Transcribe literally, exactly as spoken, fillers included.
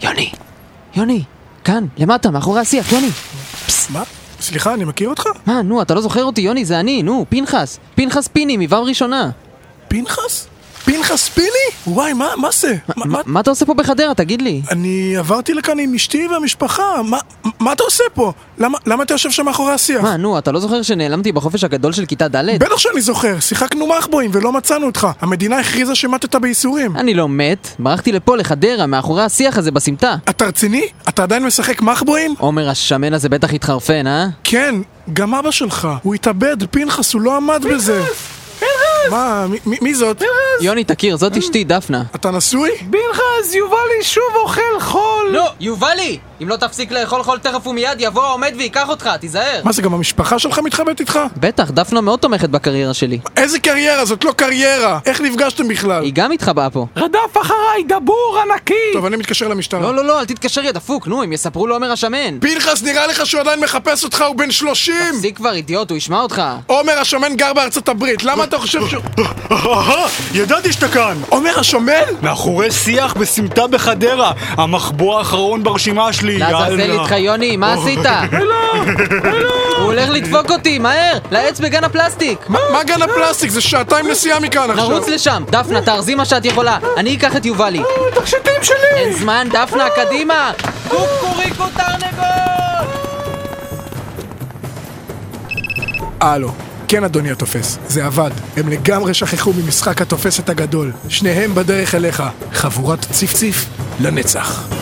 יוני, יוני, כאן, למטה, מאחורי השיח, יוני. מה? סליחה, אני מכיר אותך? מה, נו, אתה לא זוכר אותי, יוני, זה אני, נו, פנחס. פנחס פיני, מבב ראשונה. פנחס? פנחס פיני? וואי, מה, מה זה? מה, מה... מה אתה עושה פה בחדרה, תגיד לי? אני עברתי לכאן עם אשתי והמשפחה. מה, מה אתה עושה פה? למה, למה אתה יושב שם מאחורי השיח? מה, נו, אתה לא זוכר שנעלמתי בחופש הגדול של כיתה ד'? בטח שאני זוכר, שיחקנו מחבואים ולא מצאנו אותך. המדינה הכריזה שמתת בייסורים. אני לא מת, ברחתי לפה לחדרה, מאחורי השיח הזה בסמטה. אתה רציני? אתה עדיין משחק מחבואים? עומר השמן הזה בטח התחרפן, אה? כן, גם אבא שלך. הוא התאבד, פנחס, הוא לא עמד בזה. מה, מ- מ- מי זאת? יוני, תכיר, זאת אשתי, דפנה. אתה נשוי? פנחס, יובלי שוב אוכל חול. לא, יובלי! אם לא תפסיק לאכול חול תכף ומיד יבוא העומד ויקח אותך, תיזהר. מה זה, גם המשפחה שלך מתחבאת איתך? בטח, דפנה מאוד תומכת בקריירה שלי. איזה קריירה? זאת לא קריירה. איך נפגשתם בכלל? היא גם התחבאה פה. רדף אחריי, דבור ענקי. טוב, אני מתקשר למשטרה. לא, לא, לא, אל תתקשר יא דפוק, נו, הם יספרו לו עומר השמן. פנחס, נראה לך שהוא עדיין מחפש אותך, הוא בן שלושים! תפסיק כבר, אידיוט, הוא ישמע אותך. עומר השמן גר בארצות הברית, למה אתה חושב שהוא... ידעתי שאתה כאן! עומר השמן? מאחורי שיח בסמטה בחדרה, המחבוא האחרון ברשימה שלי, לעזאזל איתך יוני, מה עשית? הוא הולך לדפוק אותי, מהר! לעץ בגן הפלסטיק! מה גן הפלסטיק? זה שעתיים נסיעה מכאן עכשיו. נרוץ לשם! דפנה, תארזי מה שאת יכולה! אני אקח את יובלי! תכשיטים שלי! אין זמן, דפנה, קדימה! קוקוריקו תרנגול! הלו, כן אדוני התופס, זה עבד. הם לגמרי שכחו ממשחק התופסת הגדול. שניהם בדרך אליך. חבורת ציף ציף לנצח.